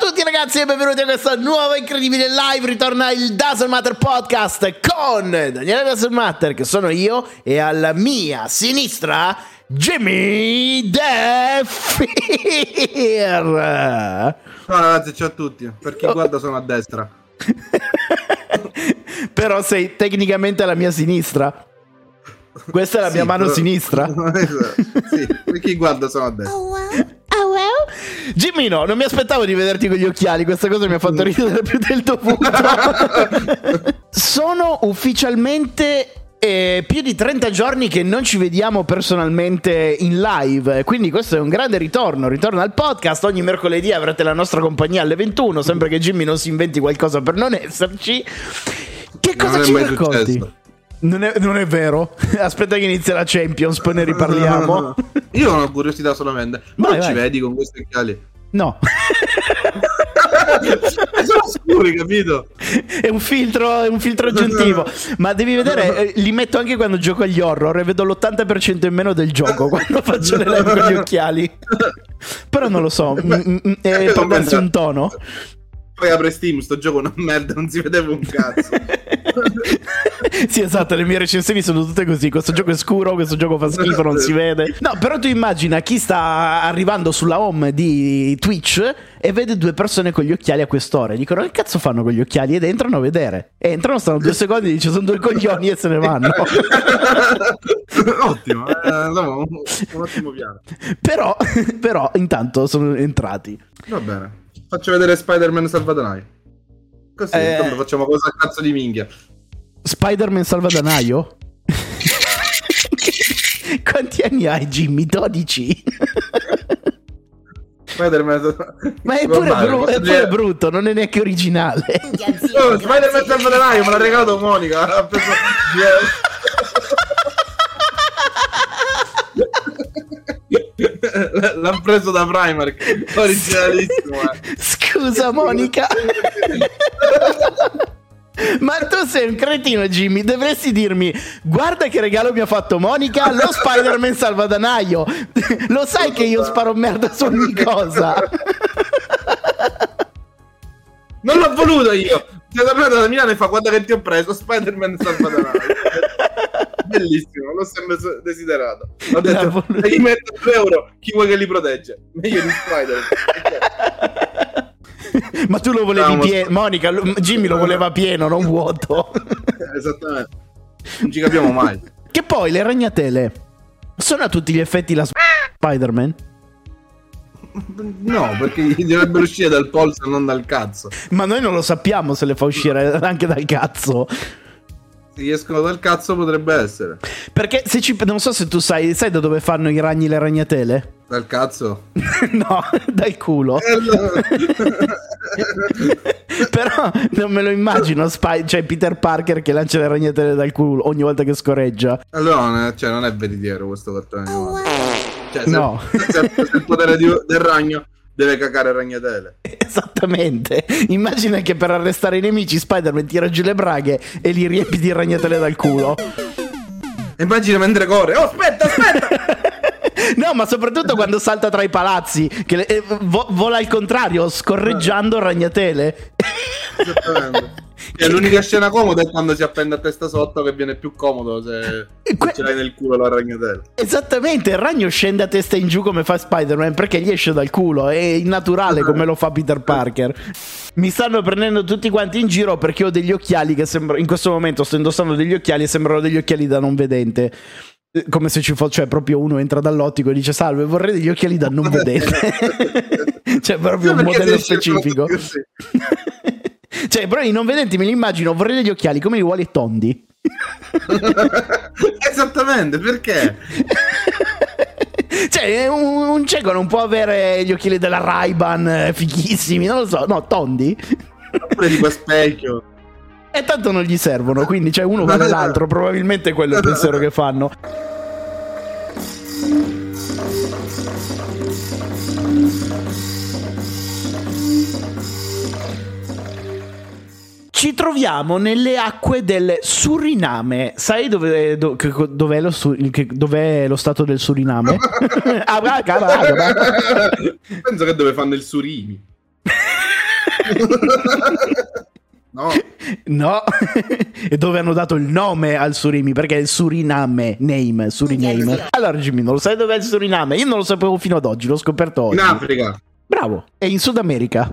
tutti ragazzi e benvenuti a questa nuova incredibile live. Ritorna il Doesn't Matter Podcast con Daniele Doesn't Matter, che sono io, e alla mia sinistra Jimmy The Fear. Ciao ragazzi, ciao a tutti. Per chi guarda sono a destra. Però sei tecnicamente alla mia sinistra. Questa è la mia mano sinistra. Sì, per chi guarda sono a destra. Jimmy, no, non mi aspettavo di vederti con gli occhiali. Questa cosa mi ha fatto ridere più del dovuto. Sono ufficialmente più di 30 giorni che non ci vediamo personalmente in live, quindi questo è un grande ritorno al podcast. Ogni mercoledì avrete la nostra compagnia alle 21, sempre che Jimmy non si inventi qualcosa per non esserci. Che cosa ci racconti? Non è vero. Aspetta che inizia la Champions, poi ne riparliamo. Io ho una curiosità solamente. Ma non ci vedi con questi occhiali? No. Sono scuri, capito? È un filtro aggiuntivo. Ma devi vedere, li metto anche quando gioco agli horror e vedo l'80% in meno del gioco quando faccio le live con gli occhiali. Però non lo so, è per darsi un tono. Poi apre Steam, sto gioco è una merda, non si vedeva un cazzo. Sì, esatto, le mie recensioni sono tutte così. Questo gioco è scuro, questo gioco fa schifo, non si vede. No, però tu immagina chi sta arrivando sulla home di Twitch e vede due persone con gli occhiali a quest'ora e dicono: che cazzo fanno con gli occhiali? Ed entrano a vedere. Entrano, stanno 2 secondi, dice sono due coglioni e se ne vanno. Ottimo, un ottimo piano. Però intanto sono entrati. Va bene. Faccio vedere Spider-Man Salvadanaio. Così intanto facciamo cosa a cazzo di minchia. Spider-Man Salvadanaio? Quanti anni hai, Jimmy? 12? Spider-Man... Ma è pure brutto, non è neanche originale. Spider-Man Salvadanaio me l'ha regalato Monica. Ha preso... L'hanno preso da Primark, originalissimo. Scusa Monica. Ma tu sei un cretino, Jimmy. Dovresti dirmi: guarda che regalo mi ha fatto Monica, lo Spider-Man Salvadanaio. Lo sai che io sparo merda su ogni cosa. Non l'ho voluto io. Sei tornato da Milano e fa: guarda che ti ho preso Spider-Man Salvadanaio. Bellissimo, l'ho sempre desiderato. Ho detto: gli metto 2 euro, chi vuoi che li protegge? Meglio di Spider-Man. Ma tu lo volevi pieno, Monica, Jimmy lo voleva pieno, non vuoto. Esattamente. Non ci capiamo mai. Che poi le ragnatele sono a tutti gli effetti la Spider-Man? No, perché gli dovrebbero uscire dal polso e non dal cazzo. Ma noi non lo sappiamo se le fa uscire anche dal cazzo. Se escono dal cazzo potrebbe essere. Perché se non so se tu sai da dove fanno i ragni le ragnatele? Dal cazzo? No, dal culo. Però non me lo immagino, cioè Peter Parker che lancia le ragnatele dal culo ogni volta che scorreggia. Allora, cioè non è veritiero questo cartone animato. Cioè, no. Se il potere del ragno deve cagare ragnatele. Esattamente. Immagina che per arrestare i nemici Spider-Man tira giù le braghe e li riempi di ragnatele dal culo. Immagina mentre corre. Oh, aspetta! No, ma soprattutto quando salta tra i palazzi, che vola al contrario, scorreggiando ragnatele. Esattamente. E l'unica scena comoda è quando si appende a testa sotto, che viene più comodo se ce l'hai nel culo la ragnatela. Esattamente, il ragno scende a testa in giù come fa Spider-Man perché gli esce dal culo, è innaturale come lo fa Peter Parker. Mi stanno prendendo tutti quanti in giro perché ho degli occhiali che in questo momento sto indossando degli occhiali e sembrano degli occhiali da non vedente. Come se ci fosse, cioè proprio uno entra dall'ottico e dice: salve, vorrei degli occhiali da non vedente. Cioè proprio un modello specifico. Cioè però i non vedenti me li immagino, vorrei degli occhiali come li vuole tondi. Esattamente, perché? Cioè un cieco non può avere gli occhiali della Ray-Ban fighissimi, non lo so, no, tondi. Oppure tipo a specchio. E tanto non gli servono, quindi cioè uno vale l'altro, probabilmente è quello il pensiero che fanno. Ci troviamo nelle acque del Suriname. Sai dov'è lo stato del Suriname? Penso che dove fanno il surimi. No. E dove hanno dato il nome al Surimi, perché è il Suriname. Allora Jimmy, non lo sai dov'è il Suriname? Io non lo sapevo fino ad oggi, l'ho scoperto oggi. In Africa. Bravo, è in Sud America.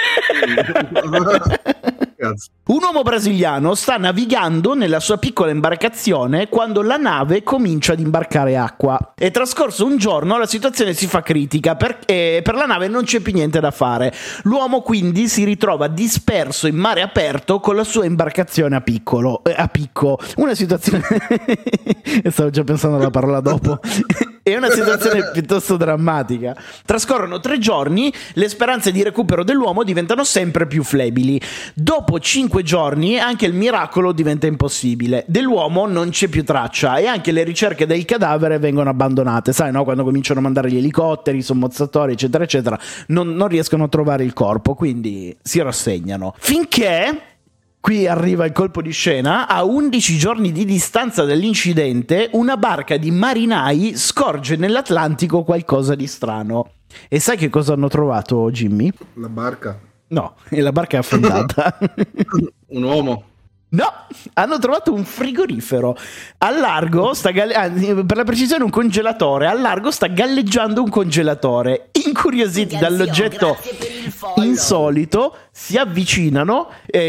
Cazzo. Un uomo brasiliano sta navigando nella sua piccola imbarcazione quando la nave comincia ad imbarcare acqua. È trascorso un giorno, la situazione si fa critica perché per la nave non c'è più niente da fare. L'uomo quindi si ritrova disperso in mare aperto con la sua imbarcazione a picco. Una situazione... Stavo già pensando alla parola dopo. È una situazione piuttosto drammatica. Trascorrono 3 giorni, le speranze di recupero dell'uomo diventano sempre più flebili. Dopo 5 giorni anche il miracolo diventa impossibile. Dell'uomo non c'è più traccia e anche le ricerche del cadavere vengono abbandonate. Sai, no? Quando cominciano a mandare gli elicotteri, i sommozzatori, eccetera, eccetera, non riescono a trovare il corpo, quindi si rassegnano. Finché... Qui arriva il colpo di scena. A 11 giorni di distanza dall'incidente, una barca di marinai scorge nell'Atlantico qualcosa di strano. E sai che cosa hanno trovato, Jimmy? La barca? No, e la barca è affondata. Un uomo? No, hanno trovato un frigorifero. Al largo per la precisione un congelatore. Al largo sta galleggiando un congelatore. Incuriositi dall'oggetto insolito, si avvicinano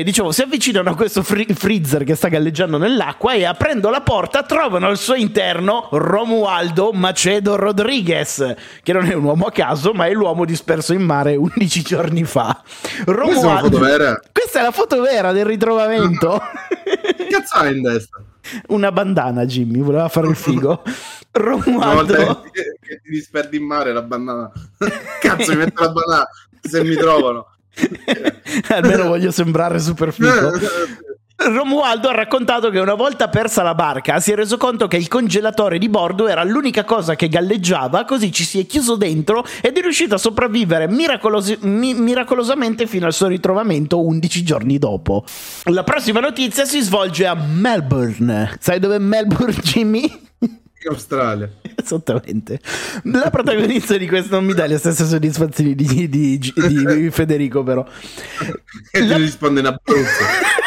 a questo freezer che sta galleggiando nell'acqua e aprendo la porta trovano al suo interno Romualdo Macedo Rodriguez, che non è un uomo a caso ma è l'uomo disperso in mare 11 giorni fa. Romualdo, questa è la foto vera del ritrovamento. Che cazzo hai in testa? Una bandana, Jimmy, voleva fare il figo. Romualdo, una volta che ti disperdi in mare la bandana. Cazzo, mi metto la bandana se mi trovano. Almeno voglio sembrare super figo. Romualdo ha raccontato che una volta persa la barca si è reso conto che il congelatore di bordo era l'unica cosa che galleggiava, così ci si è chiuso dentro ed è riuscito a sopravvivere miracolosamente fino al suo ritrovamento 11 giorni dopo. La prossima notizia si svolge a Melbourne. Sai dove è Melbourne, Jimmy? In Australia. Esattamente. La protagonista di questo non mi dà le stesse soddisfazioni di Federico, però. E ti risponde in Abruzzo.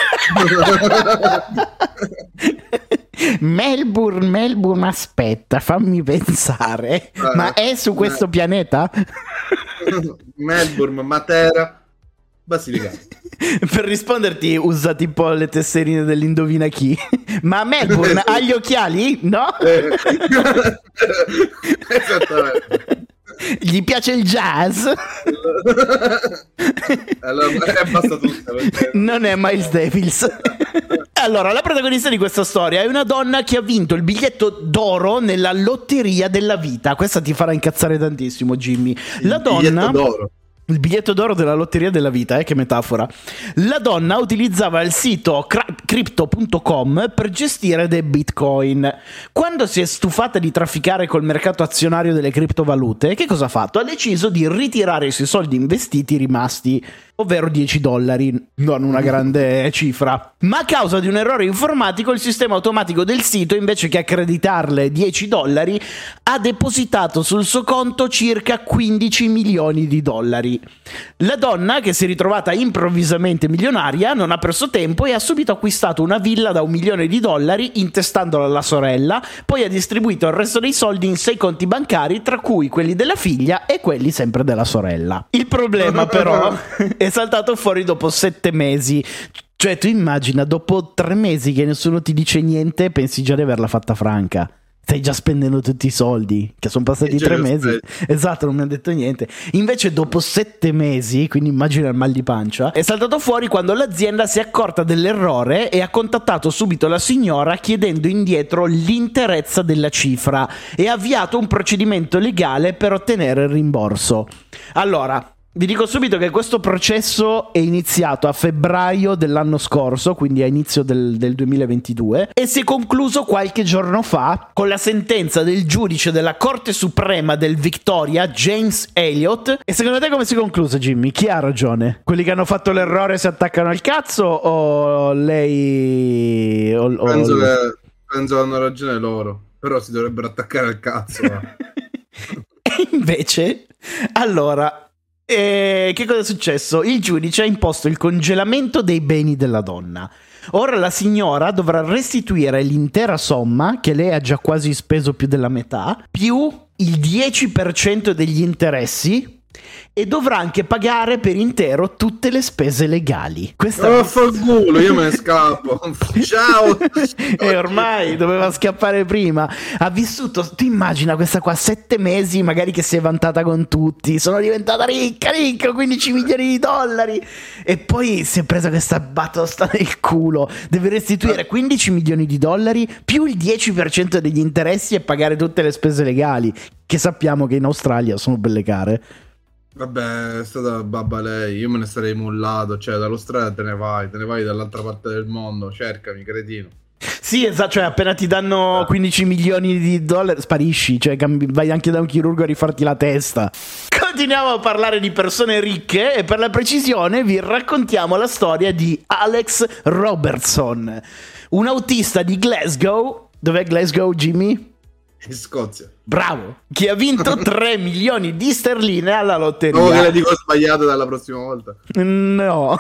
Melbourne, aspetta, fammi pensare. Ma è su questo pianeta? Melbourne, Matera, Basilicata. Per risponderti usa tipo le tesserine dell'indovina chi. Ma Melbourne ha gli occhiali? No? Esattamente. Gli piace il jazz? Allora, basta tutto perché... Non è Miles Davis. Allora, la protagonista di questa storia è una donna che ha vinto il biglietto d'oro nella lotteria della vita. Questa ti farà incazzare tantissimo, Jimmy. La donna... biglietto d'oro. Il biglietto d'oro della lotteria della vita, che metafora. La donna utilizzava il sito crypto.com per gestire dei bitcoin. Quando si è stufata di trafficare col mercato azionario delle criptovalute, che cosa ha fatto? Ha deciso di ritirare i suoi soldi investiti rimasti, ovvero $10, non una grande cifra. Ma a causa di un errore informatico il sistema automatico del sito, invece che accreditarle $10, ha depositato sul suo conto circa $15 milioni. La donna, che si è ritrovata improvvisamente milionaria, non ha perso tempo e ha subito acquistato una villa da $1 milione intestandola alla sorella, poi ha distribuito il resto dei soldi in 6 conti bancari, tra cui quelli della figlia e quelli sempre della sorella. Il problema però è saltato fuori dopo 7 mesi. Cioè, tu immagina, dopo 3 mesi che nessuno ti dice niente, pensi già di averla fatta franca. Stai già spendendo tutti i soldi, che sono passati 3 mesi. Esatto, non mi ha detto niente. Invece dopo 7 mesi, quindi immagina il mal di pancia, è saltato fuori quando l'azienda si è accorta dell'errore e ha contattato subito la signora chiedendo indietro l'interezza della cifra e ha avviato un procedimento legale per ottenere il rimborso. Allora, vi dico subito che questo processo è iniziato a febbraio dell'anno scorso, quindi a inizio del 2022, e si è concluso qualche giorno fa con la sentenza del giudice della Corte Suprema del Victoria, James Elliott. E secondo te come si è concluso, Jimmy? Chi ha ragione? Quelli che hanno fatto l'errore si attaccano al cazzo o lei? Penso che hanno ragione loro, però si dovrebbero attaccare al cazzo. E invece, allora... E che cosa è successo? Il giudice ha imposto il congelamento dei beni della donna. Ora la signora dovrà restituire l'intera somma, che lei ha già quasi speso più della metà, più il 10% degli interessi, e dovrà anche pagare per intero tutte le spese legali. Vaffanculo, io me ne scappo. Ciao. E ormai doveva scappare prima. Ha vissuto, tu immagina questa qua, 7 mesi magari che si è vantata con tutti, sono diventata ricca, 15 milioni di dollari, e poi si è presa questa batosta nel culo. Deve restituire 15 milioni di dollari più il 10% degli interessi e pagare tutte le spese legali, che sappiamo che in Australia sono belle care. Vabbè, è stata babba lei, io me ne sarei mollato, cioè dall'Australia te ne vai dall'altra parte del mondo, cercami, cretino. Sì, esatto, cioè appena ti danno 15 milioni di dollari sparisci, cioè vai anche da un chirurgo a rifarti la testa. Continuiamo a parlare di persone ricche e per la precisione vi raccontiamo la storia di Alex Robertson, un autista di Glasgow. Dov'è Glasgow, Jimmy? In Scozia. Bravo, che ha vinto 3 milioni di sterline alla lotteria. Oh, che le dico sbagliate dalla prossima volta. No.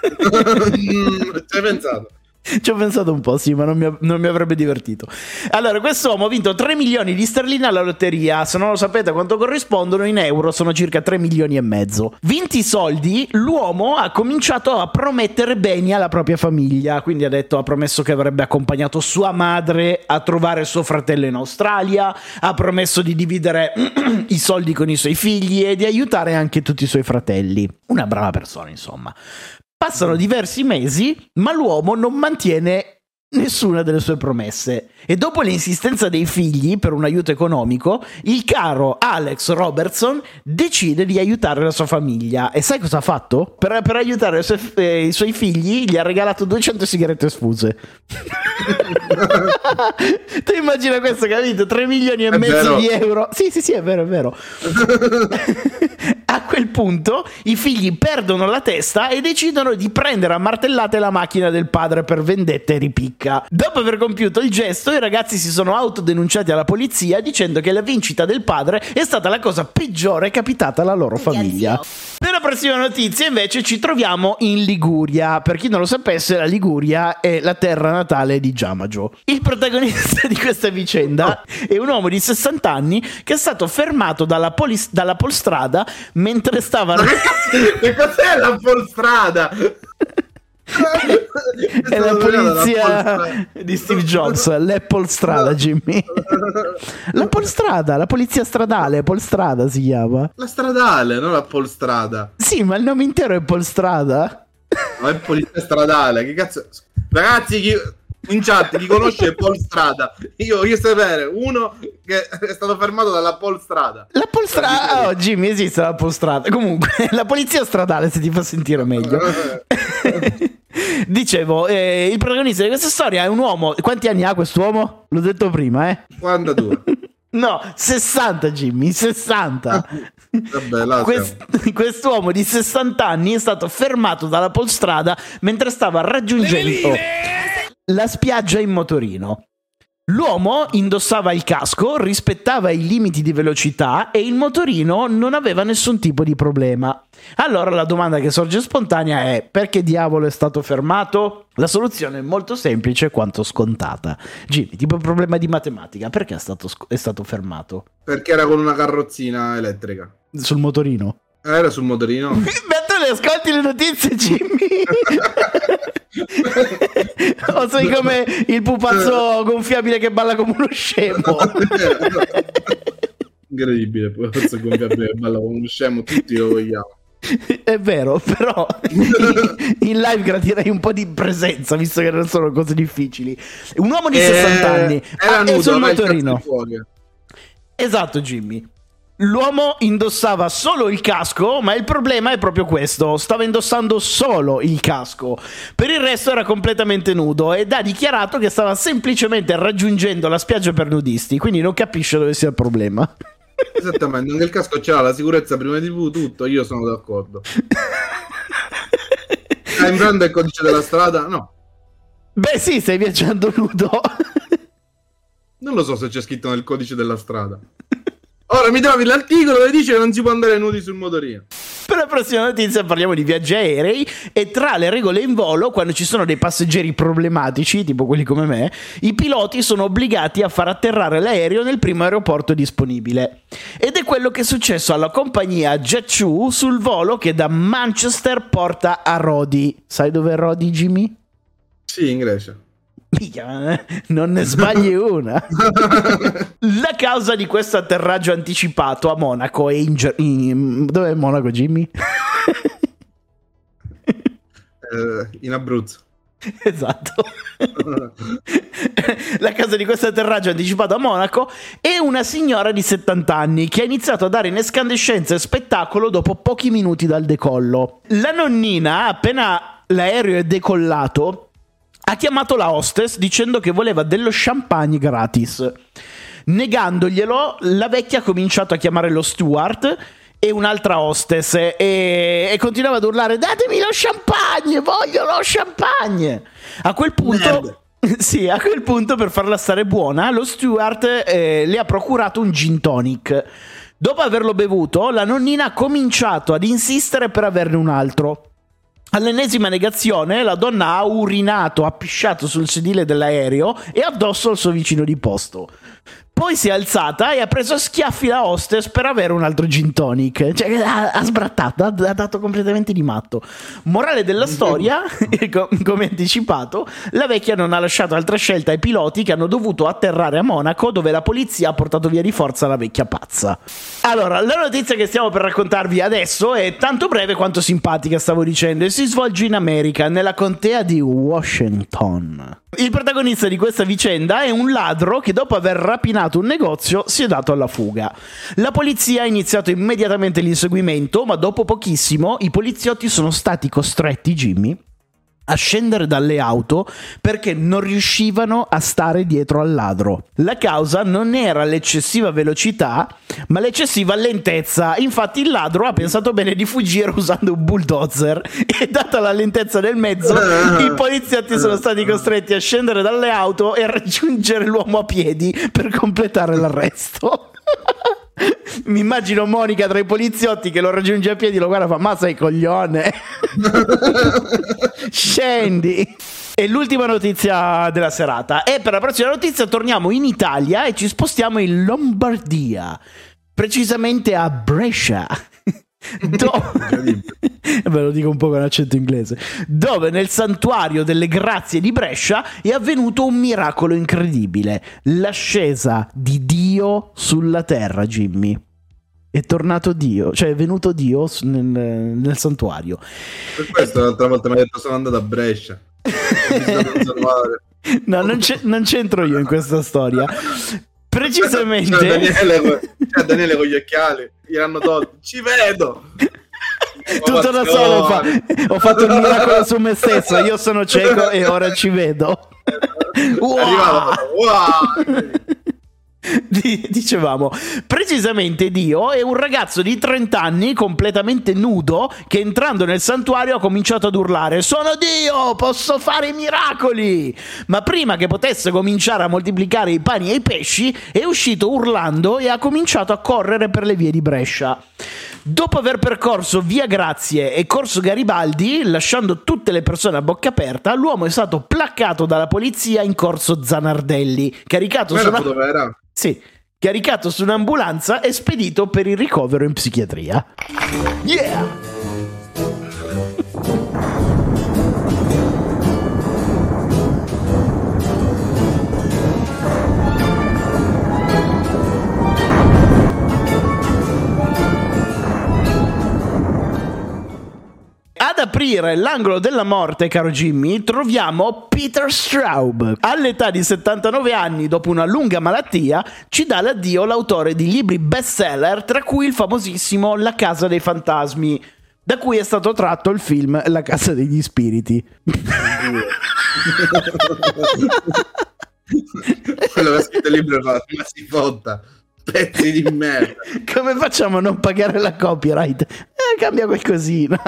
Ci hai pensato? Ci ho pensato un po', sì, ma non mi avrebbe divertito. Allora, quest'uomo ha vinto 3 milioni di sterline alla lotteria. Se non lo sapete quanto corrispondono in euro, sono circa 3 milioni e mezzo. Vinti i soldi, l'uomo ha cominciato a promettere beni alla propria famiglia. Quindi ha promesso che avrebbe accompagnato sua madre a trovare suo fratello in Australia, ha promesso di dividere i soldi con i suoi figli e di aiutare anche tutti i suoi fratelli. Una brava persona, insomma. Passano diversi mesi, ma l'uomo non mantiene nessuna delle sue promesse. E dopo l'insistenza dei figli per un aiuto economico, il caro Alex Robertson decide di aiutare la sua famiglia. E sai cosa ha fatto? Per aiutare i suoi figli gli ha regalato 200 sigarette sfuse. Tu immagina questo, capito? 3 milioni e mezzo di euro. Sì, è vero. A quel punto i figli perdono la testa e decidono di prendere a martellate la macchina del padre per vendetta e ripicca. Dopo aver compiuto il gesto, i ragazzi si sono autodenunciati alla polizia dicendo che la vincita del padre è stata la cosa peggiore capitata alla loro famiglia. Per la prossima notizia invece ci troviamo in Liguria. Per chi non lo sapesse, la Liguria è la terra natale di Giamajo. Il protagonista di questa vicenda è un uomo di 60 anni che è stato fermato dalla polstrada mentre stava... Che cos'è la polstrada? È la polizia di Steve Jobs, l'Apple Strada, Jimmy. La polstrada, la polizia stradale, Polstrada si chiama. La stradale, non la polstrada. Sì, ma il nome intero è Polstrada. Ma è polizia stradale, che cazzo... Ragazzi, in chat chi conosce Polstrada? Io voglio sapere uno che è stato fermato dalla Polstrada. La Polstrada, oh Jimmy, esiste la Polstrada. Comunque, la polizia stradale, se ti fa sentire meglio. Dicevo, il protagonista di questa storia è un uomo. Quanti anni ha quest'uomo? L'ho detto prima, 42. No, 60, Jimmy, 60. Vabbè, quest'uomo di 60 anni è stato fermato dalla polstrada mentre stava raggiungendo la spiaggia in motorino. L'uomo indossava il casco, rispettava i limiti di velocità e il motorino non aveva nessun tipo di problema. Allora la domanda che sorge spontanea è: perché diavolo è stato fermato? La soluzione è molto semplice quanto scontata. Jimmy, tipo problema di matematica, perché è stato fermato? Perché era con una carrozzina elettrica. Sul motorino? Era sul motorino. Ma tu le ascolti le notizie, Jimmy? O sei come il pupazzo gonfiabile che balla come uno scemo? Incredibile, pupazzo gonfiabile che balla come uno scemo, tutti lo vogliamo. È vero, però in live gradirei un po' di presenza, visto che non sono cose difficili. Un uomo di 60 anni era nudo, sul motorino. Esatto, Jimmy. L'uomo indossava solo il casco, ma il problema è proprio questo: stava indossando solo il casco. Per il resto era completamente nudo ed ha dichiarato che stava semplicemente raggiungendo la spiaggia per nudisti, quindi non capisce dove sia il problema. Esattamente, nel casco c'era la sicurezza prima di tutto, io sono d'accordo. Time Brand è il codice della strada? No. Beh sì, stai viaggiando nudo. Non lo so se c'è scritto nel codice della strada. Ora mi trovi l'articolo dove dice che non si può andare nudi sul motorino. Per la prossima notizia parliamo di viaggi aerei e tra le regole in volo, quando ci sono dei passeggeri problematici, tipo quelli come me, i piloti sono obbligati a far atterrare l'aereo nel primo aeroporto disponibile. Ed è quello che è successo alla compagnia Jet2 sul volo che da Manchester porta a Rodi. Sai dove è Rodi, Jimmy? Sì, in Grecia. Non ne sbagli una. La causa di questo atterraggio anticipato a Monaco è dove è Monaco, Jimmy? In Abruzzo. Esatto. La causa di questo atterraggio anticipato a Monaco è una signora di 70 anni che ha iniziato a dare in escandescenza e spettacolo dopo pochi minuti dal decollo. La nonnina, appena l'aereo è decollato, ha chiamato la hostess dicendo che voleva dello champagne gratis. Negandoglielo, la vecchia ha cominciato a chiamare lo steward e un'altra hostess e continuava ad urlare: datemi lo champagne, voglio lo champagne. A quel punto, sì, a quel punto, per farla stare buona, lo steward le ha procurato un gin tonic. Dopo averlo bevuto, la nonnina ha cominciato ad insistere per averne un altro. All'ennesima negazione, la donna ha urinato, ha pisciato sul sedile dell'aereo e addosso al suo vicino di posto. Poi si è alzata e ha preso a schiaffi la hostess per avere un altro gin tonic. Cioè, ha sbrattato, ha dato completamente di matto. Morale della storia, come anticipato, la vecchia non ha lasciato altra scelta ai piloti che hanno dovuto atterrare a Monaco, dove la polizia ha portato via di forza la vecchia pazza. Allora, la notizia che stiamo per raccontarvi adesso è tanto breve quanto simpatica, stavo dicendo, e si svolge in America, nella contea di Washington. Il protagonista di questa vicenda è un ladro che dopo aver rapinato un negozio si è dato alla fuga. La polizia ha iniziato immediatamente l'inseguimento, ma dopo pochissimo i poliziotti sono stati costretti, Jimmy, a scendere dalle auto perché non riuscivano a stare dietro al ladro. La causa non era l'eccessiva velocità, ma l'eccessiva lentezza. Infatti il ladro ha pensato bene di fuggire usando un bulldozer e, data la lentezza del mezzo, i poliziotti sono stati costretti a scendere dalle auto e a raggiungere l'uomo a piedi per completare l'arresto. Mi immagino Monica tra i poliziotti che lo raggiunge a piedi, lo guarda e fa: ma sei coglione. Scendi. E l'ultima notizia della serata. E per la prossima notizia torniamo in Italia e ci spostiamo in Lombardia, precisamente a Brescia. Ve lo dico un po' con accento inglese. Dove nel santuario delle Grazie di Brescia è avvenuto un miracolo incredibile: l'ascesa di Dio sulla terra, Jimmy. È tornato Dio, cioè è venuto Dio nel santuario. Per questo l'altra volta mi ha detto sono andato a Brescia. No, non c'entro io in questa storia. Precisamente Daniele con gli occhiali gliel'hanno tolto. Ci vedo tutto da solo. Ho fatto un miracolo su me stesso. Io sono cieco e ora ci vedo. Wow. Dicevamo, precisamente Dio è un ragazzo di 30 anni completamente nudo che, entrando nel santuario, ha cominciato ad urlare: sono Dio, posso fare i miracoli. Ma prima che potesse cominciare a moltiplicare i pani e i pesci, è uscito urlando e ha cominciato a correre per le vie di Brescia. Dopo aver percorso via Grazie e corso Garibaldi, lasciando tutte le persone a bocca aperta, l'uomo è stato placcato dalla polizia in corso Zanardelli, caricato su un'ambulanza e spedito per il ricovero in psichiatria. Yeah! Ad aprire l'angolo della morte, caro Jimmy, troviamo Peter Straub. All'età di 79 anni, dopo una lunga malattia, ci dà l'addio l'autore di libri bestseller, tra cui il famosissimo La Casa dei Fantasmi, da cui è stato tratto il film La Casa degli Spiriti. Quello che ha scritto il libro fa: ma si fotta, pezzi di merda. Come facciamo a non pagare la copyright? Cambia qualcosina.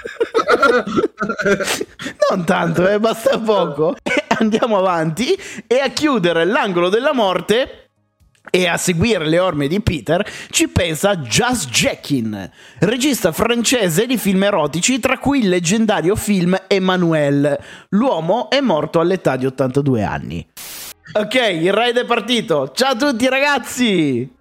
Non tanto, basta poco. Andiamo avanti e a chiudere l'angolo della morte E a seguire le orme di Peter ci pensa Jas Jackin, regista francese di film erotici, tra cui il leggendario film Emmanuelle. L'uomo è morto all'età di 82 anni. Ok, il raid è partito. Ciao a tutti ragazzi!